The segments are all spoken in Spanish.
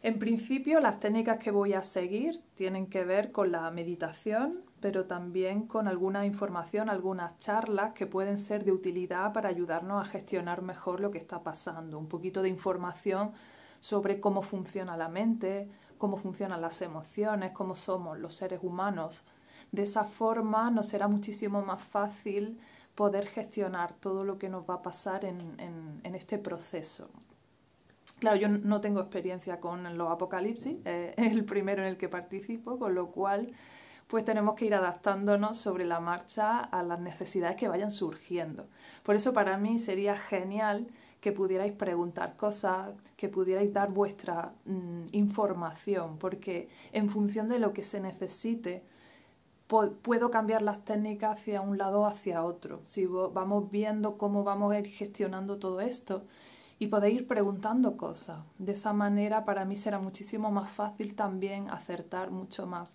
En principio, las técnicas que voy a seguir tienen que ver con la meditación, pero también con alguna información, algunas charlas que pueden ser de utilidad para ayudarnos a gestionar mejor lo que está pasando. Un poquito de información sobre cómo funciona la mente, cómo funcionan las emociones, cómo somos los seres humanos. De esa forma nos será muchísimo más fácil poder gestionar todo lo que nos va a pasar en este proceso. Claro, yo no tengo experiencia con los apocalipsis, es el primero en el que participo, con lo cual pues tenemos que ir adaptándonos sobre la marcha a las necesidades que vayan surgiendo. Por eso para mí sería genial que pudierais preguntar cosas, que pudierais dar vuestra información, porque en función de lo que se necesite, puedo cambiar las técnicas hacia un lado o hacia otro. Si vamos viendo cómo vamos a ir gestionando todo esto y podéis ir preguntando cosas. De esa manera para mí será muchísimo más fácil también acertar mucho más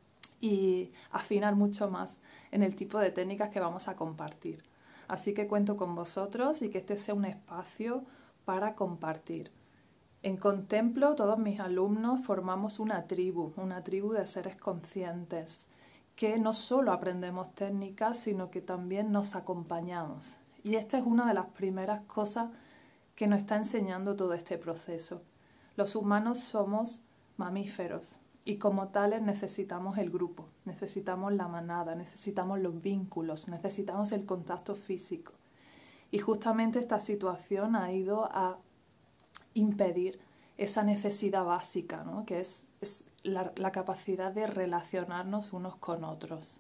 y afinar mucho más en el tipo de técnicas que vamos a compartir. Así que cuento con vosotros y que este sea un espacio para compartir. En Contemplo, todos mis alumnos formamos una tribu de seres conscientes, que no solo aprendemos técnicas, sino que también nos acompañamos. Y esta es una de las primeras cosas que nos está enseñando todo este proceso. Los humanos somos mamíferos y como tales necesitamos el grupo, necesitamos la manada, necesitamos los vínculos, necesitamos el contacto físico. Y justamente esta situación ha ido a impedir esa necesidad básica, ¿no? Que es la capacidad de relacionarnos unos con otros.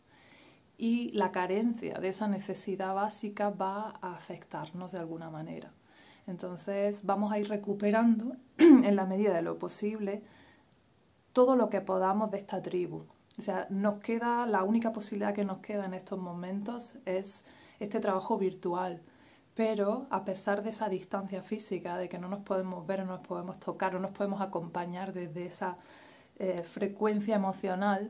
Y la carencia de esa necesidad básica va a afectarnos de alguna manera. Entonces vamos a ir recuperando en la medida de lo posible todo lo que podamos de esta tribu. O sea, la única posibilidad que nos queda en estos momentos es este trabajo virtual. Pero a pesar de esa distancia física, de que no nos podemos ver, no nos podemos tocar, no nos podemos acompañar desde esa frecuencia emocional,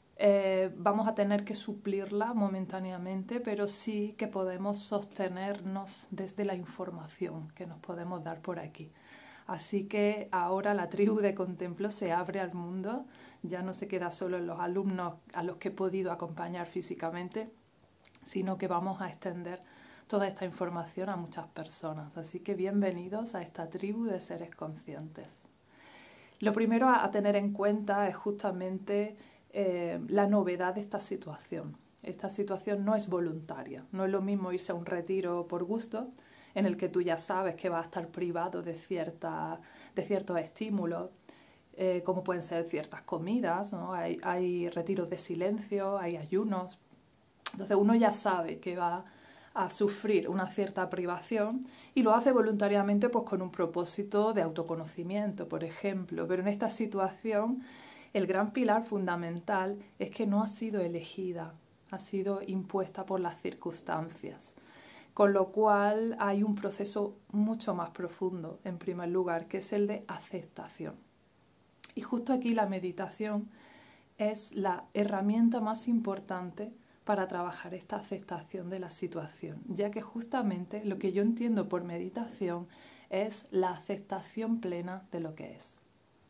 vamos a tener que suplirla momentáneamente, pero sí que podemos sostenernos desde la información que nos podemos dar por aquí. Así que ahora la tribu de Contemplo se abre al mundo, ya no se queda solo en los alumnos a los que he podido acompañar físicamente, sino que vamos a extender toda esta información a muchas personas. Así que bienvenidos a esta tribu de seres conscientes. Lo primero a tener en cuenta es justamente la novedad de esta situación. Esta situación no es voluntaria, no es lo mismo irse a un retiro por gusto, en el que tú ya sabes que vas a estar privado de ciertos estímulos, como pueden ser ciertas comidas, ¿no? Hay retiros de silencio, hay ayunos. Entonces uno ya sabe que va a sufrir una cierta privación y lo hace voluntariamente pues con un propósito de autoconocimiento, por ejemplo. Pero en esta situación el gran pilar fundamental es que no ha sido elegida, ha sido impuesta por las circunstancias. Con lo cual hay un proceso mucho más profundo, en primer lugar, que es el de aceptación. Y justo aquí la meditación es la herramienta más importante para trabajar esta aceptación de la situación, ya que justamente lo que yo entiendo por meditación es la aceptación plena de lo que es.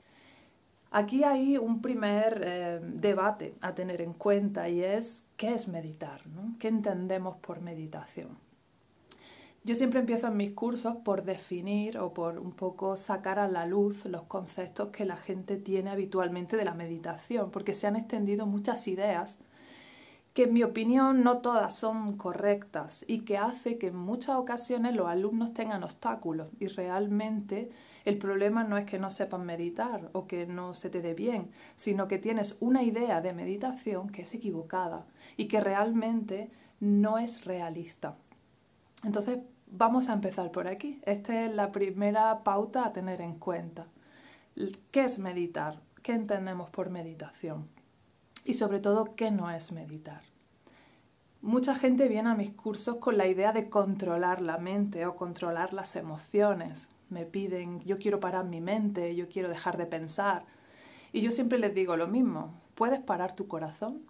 Aquí hay un primer debate a tener en cuenta y es ¿qué es meditar, ¿no? ¿Qué entendemos por meditación? Yo siempre empiezo en mis cursos por definir o por un poco sacar a la luz los conceptos que la gente tiene habitualmente de la meditación, porque se han extendido muchas ideas que en mi opinión no todas son correctas y que hace que en muchas ocasiones los alumnos tengan obstáculos y realmente el problema no es que no sepan meditar o que no se te dé bien, sino que tienes una idea de meditación que es equivocada y que realmente no es realista. Entonces vamos a empezar por aquí. Esta es la primera pauta a tener en cuenta. ¿Qué es meditar? ¿Qué entendemos por meditación? Y sobre todo, ¿qué no es meditar? Mucha gente viene a mis cursos con la idea de controlar la mente o controlar las emociones. Me piden, yo quiero parar mi mente, yo quiero dejar de pensar. Y yo siempre les digo lo mismo, ¿puedes parar tu corazón?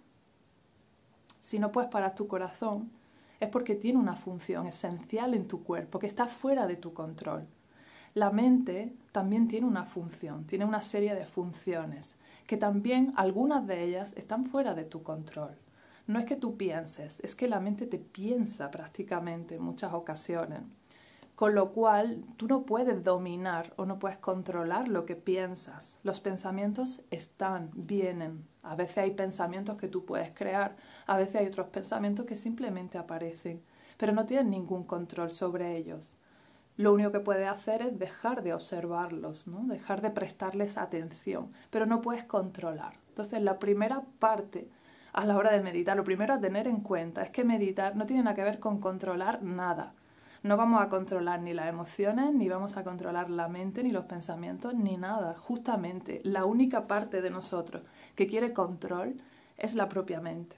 Si no puedes parar tu corazón, es porque tiene una función esencial en tu cuerpo que está fuera de tu control. La mente también tiene una función, tiene una serie de funciones, que también algunas de ellas están fuera de tu control. No es que tú pienses, es que la mente te piensa prácticamente en muchas ocasiones. Con lo cual, tú no puedes dominar o no puedes controlar lo que piensas. Los pensamientos están, vienen. A veces hay pensamientos que tú puedes crear, a veces hay otros pensamientos que simplemente aparecen, pero no tienes ningún control sobre ellos. Lo único que puedes hacer es dejar de observarlos, ¿no? Dejar de prestarles atención, pero no puedes controlar. Entonces, la primera parte a la hora de meditar, lo primero a tener en cuenta es que meditar no tiene nada que ver con controlar nada. No vamos a controlar ni las emociones, ni vamos a controlar la mente, ni los pensamientos, ni nada. Justamente, la única parte de nosotros que quiere control es la propia mente.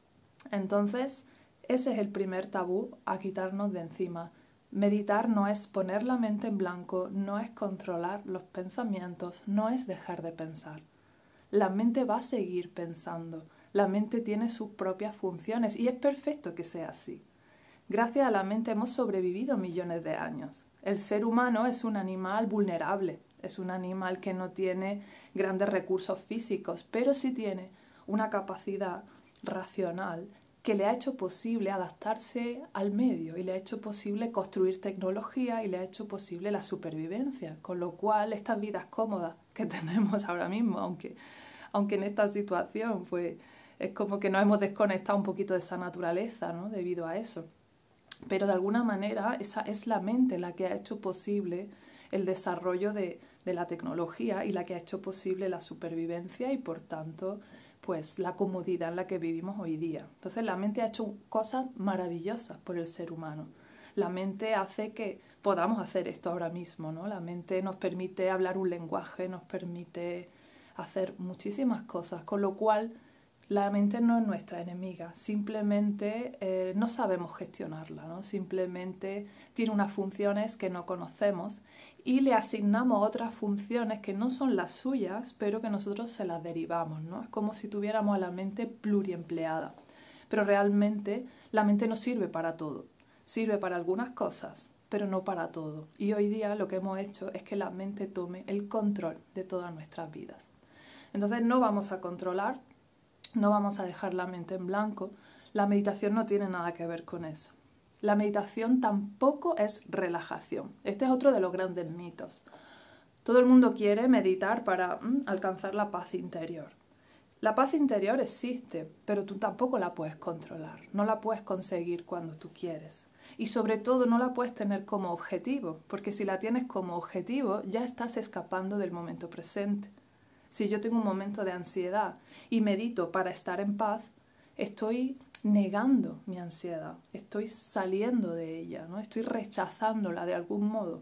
Entonces, ese es el primer tabú a quitarnos de encima. Meditar no es poner la mente en blanco, no es controlar los pensamientos, no es dejar de pensar. La mente va a seguir pensando, la mente tiene sus propias funciones y es perfecto que sea así. Gracias a la mente hemos sobrevivido millones de años. El ser humano es un animal vulnerable, es un animal que no tiene grandes recursos físicos, pero sí tiene una capacidad racional que le ha hecho posible adaptarse al medio y le ha hecho posible construir tecnología y le ha hecho posible la supervivencia, con lo cual estas vidas cómodas que tenemos ahora mismo, aunque en esta situación pues es como que nos hemos desconectado un poquito de esa naturaleza, ¿no? Debido a eso. Pero de alguna manera esa es la mente la que ha hecho posible el desarrollo de la tecnología y la que ha hecho posible la supervivencia y por tanto pues la comodidad en la que vivimos hoy día. Entonces la mente ha hecho cosas maravillosas por el ser humano. La mente hace que podamos hacer esto ahora mismo, ¿no? La mente nos permite hablar un lenguaje, nos permite hacer muchísimas cosas, con lo cual la mente no es nuestra enemiga, simplemente no sabemos gestionarla, ¿no? Simplemente tiene unas funciones que no conocemos y le asignamos otras funciones que no son las suyas, pero que nosotros se las derivamos, ¿no? Es como si tuviéramos a la mente pluriempleada, pero realmente la mente no sirve para todo, sirve para algunas cosas, pero no para todo. Y hoy día lo que hemos hecho es que la mente tome el control de todas nuestras vidas. Entonces no vamos a controlar, no vamos a dejar la mente en blanco. La meditación no tiene nada que ver con eso. La meditación tampoco es relajación. Este es otro de los grandes mitos. Todo el mundo quiere meditar para alcanzar la paz interior. La paz interior existe, pero tú tampoco la puedes controlar. No la puedes conseguir cuando tú quieres. Y sobre todo no la puedes tener como objetivo, porque si la tienes como objetivo ya estás escapando del momento presente. Si yo tengo un momento de ansiedad y medito para estar en paz, estoy negando mi ansiedad, estoy saliendo de ella, ¿no? Estoy rechazándola de algún modo,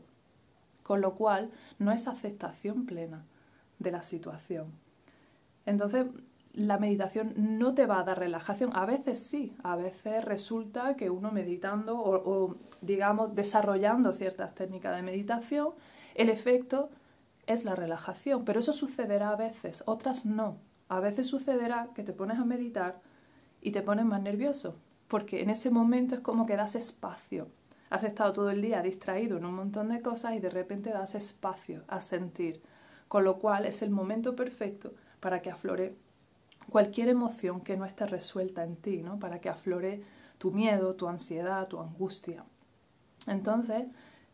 con lo cual no es aceptación plena de la situación. Entonces, la meditación no te va a dar relajación. A veces sí, a veces resulta que uno meditando o digamos, desarrollando ciertas técnicas de meditación, el efecto es la relajación, pero eso sucederá a veces, otras no. A veces sucederá que te pones a meditar y te pones más nervioso, porque en ese momento es como que das espacio. Has estado todo el día distraído en un montón de cosas y de repente das espacio a sentir, con lo cual es el momento perfecto para que aflore cualquier emoción que no esté resuelta en ti, ¿no? Para que aflore tu miedo, tu ansiedad, tu angustia. Entonces,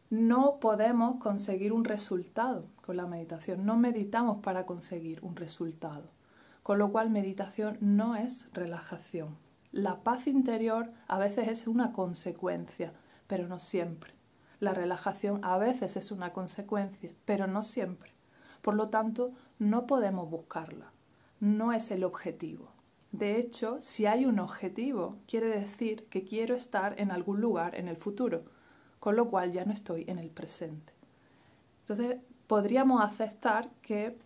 no podemos conseguir un resultado con la meditación. No meditamos para conseguir un resultado. Con lo cual, meditación no es relajación. La paz interior a veces es una consecuencia, pero no siempre. La relajación a veces es una consecuencia, pero no siempre. Por lo tanto, no podemos buscarla. No es el objetivo. De hecho, si hay un objetivo, quiere decir que quiero estar en algún lugar en el futuro, con lo cual ya no estoy en el presente. Entonces, podríamos aceptar que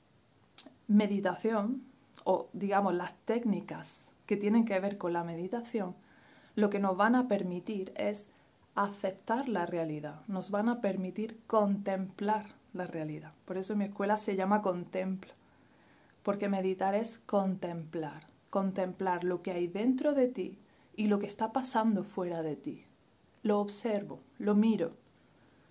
meditación, o digamos las técnicas que tienen que ver con la meditación, lo que nos van a permitir es aceptar la realidad, nos van a permitir contemplar la realidad. Por eso mi escuela se llama Contempla, porque meditar es contemplar, contemplar lo que hay dentro de ti y lo que está pasando fuera de ti. Lo observo, lo miro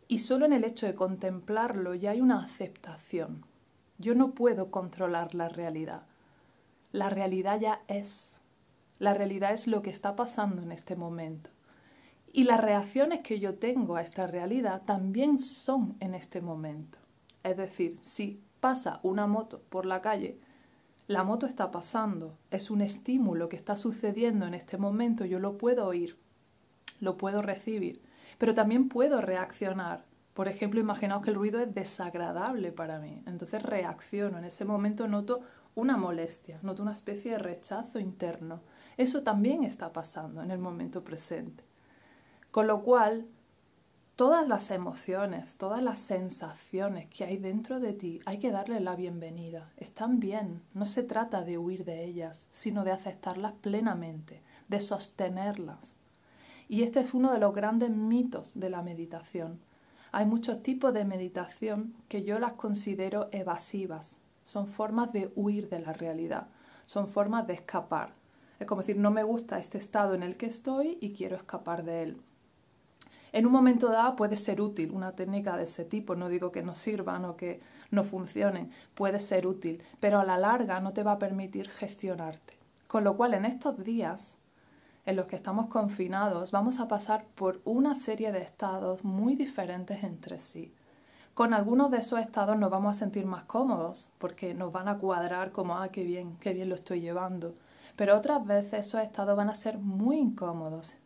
Y solo en el hecho de contemplarlo ya hay una aceptación. Yo no puedo controlar la realidad. La realidad ya es. La realidad es lo que está pasando en este momento. Y las reacciones que yo tengo a esta realidad también son en este momento. Es decir, si pasa una moto por la calle, la moto está pasando, es un estímulo que está sucediendo en este momento, yo lo puedo oír, lo puedo recibir, pero también puedo reaccionar. Por ejemplo, imaginaos que el ruido es desagradable para mí, entonces reacciono, en ese momento noto una molestia, noto una especie de rechazo interno. Eso también está pasando en el momento presente. Con lo cual, todas las emociones, todas las sensaciones que hay dentro de ti, hay que darle la bienvenida. Están bien, no se trata de huir de ellas, sino de aceptarlas plenamente, de sostenerlas. Y este es uno de los grandes mitos de la meditación. Hay muchos tipos de meditación que yo las considero evasivas. Son formas de huir de la realidad, son formas de escapar. Es como decir, no me gusta este estado en el que estoy y quiero escapar de él. En un momento dado puede ser útil una técnica de ese tipo, no digo que no sirvan o que no funcionen, puede ser útil, pero a la larga no te va a permitir gestionarte. Con lo cual, en estos días en los que estamos confinados, vamos a pasar por una serie de estados muy diferentes entre sí. Con algunos de esos estados nos vamos a sentir más cómodos, porque nos van a cuadrar como, qué bien lo estoy llevando. Pero otras veces esos estados van a ser muy incómodos.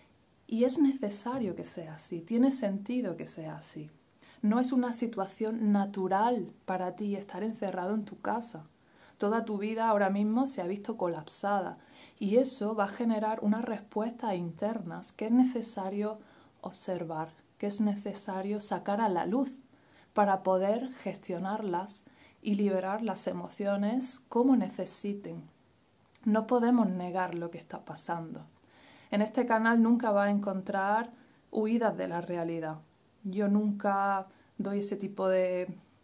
Y es necesario que sea así, tiene sentido que sea así. No es una situación natural para ti estar encerrado en tu casa. Toda tu vida ahora mismo se ha visto colapsada y eso va a generar unas respuestas internas que es necesario observar, que es necesario sacar a la luz para poder gestionarlas y liberar las emociones como necesiten. No podemos negar lo que está pasando. En este canal nunca vas a encontrar huidas de la realidad. Yo nunca doy ese tipo de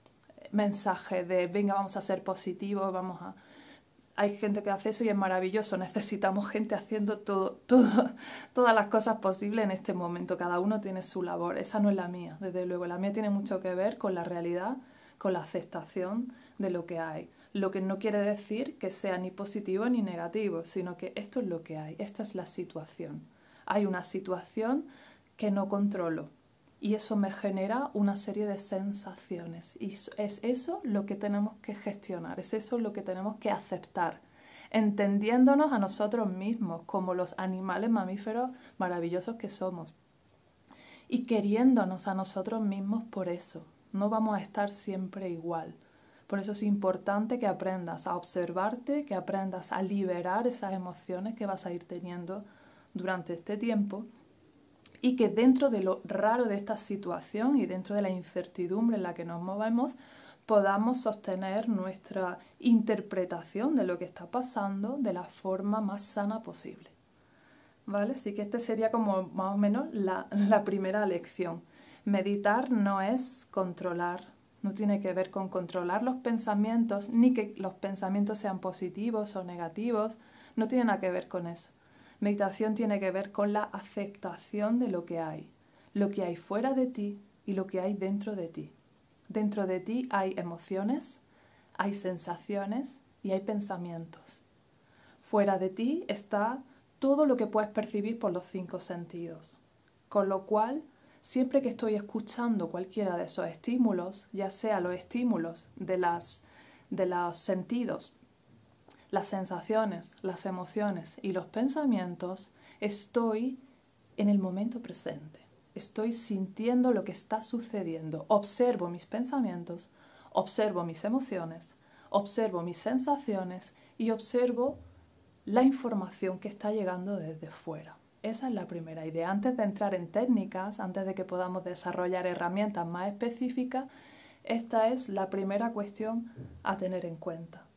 mensaje de venga, vamos a ser positivos, Hay gente que hace eso y es maravilloso. Necesitamos gente haciendo todas las cosas posibles en este momento. Cada uno tiene su labor. Esa no es la mía, desde luego. La mía tiene mucho que ver con la realidad, con la aceptación de lo que hay. Lo que no quiere decir que sea ni positivo ni negativo, sino que esto es lo que hay, esta es la situación. Hay una situación que no controlo y eso me genera una serie de sensaciones y es eso lo que tenemos que gestionar, es eso lo que tenemos que aceptar, entendiéndonos a nosotros mismos como los animales mamíferos maravillosos que somos y queriéndonos a nosotros mismos por eso. No vamos a estar siempre igual. Por eso es importante que aprendas a observarte, que aprendas a liberar esas emociones que vas a ir teniendo durante este tiempo y que dentro de lo raro de esta situación y dentro de la incertidumbre en la que nos movemos, podamos sostener nuestra interpretación de lo que está pasando de la forma más sana posible. ¿Vale? Así que este sería como más o menos la primera lección. Meditar no es controlar. No tiene que ver con controlar los pensamientos, ni que los pensamientos sean positivos o negativos. No tiene nada que ver con eso. Meditación tiene que ver con la aceptación de lo que hay fuera de ti y lo que hay dentro de ti. Dentro de ti hay emociones, hay sensaciones y hay pensamientos. Fuera de ti está todo lo que puedes percibir por los 5 sentidos. Con lo cual, siempre que estoy escuchando cualquiera de esos estímulos, ya sea los estímulos de los sentidos, las sensaciones, las emociones y los pensamientos, estoy en el momento presente. Estoy sintiendo lo que está sucediendo. Observo mis pensamientos, observo mis emociones, observo mis sensaciones y observo la información que está llegando desde fuera. Esa es la primera idea. Antes de entrar en técnicas, antes de que podamos desarrollar herramientas más específicas, esta es la primera cuestión a tener en cuenta.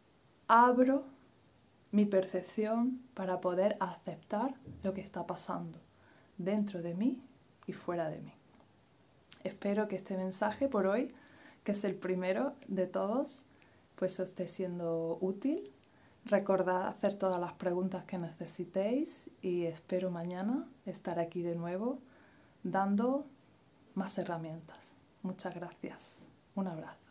Abro mi percepción para poder aceptar lo que está pasando dentro de mí y fuera de mí. Espero que este mensaje por hoy, que es el primero de todos, pues os esté siendo útil. Recordad hacer todas las preguntas que necesitéis y espero mañana estar aquí de nuevo dando más herramientas. Muchas gracias. Un abrazo.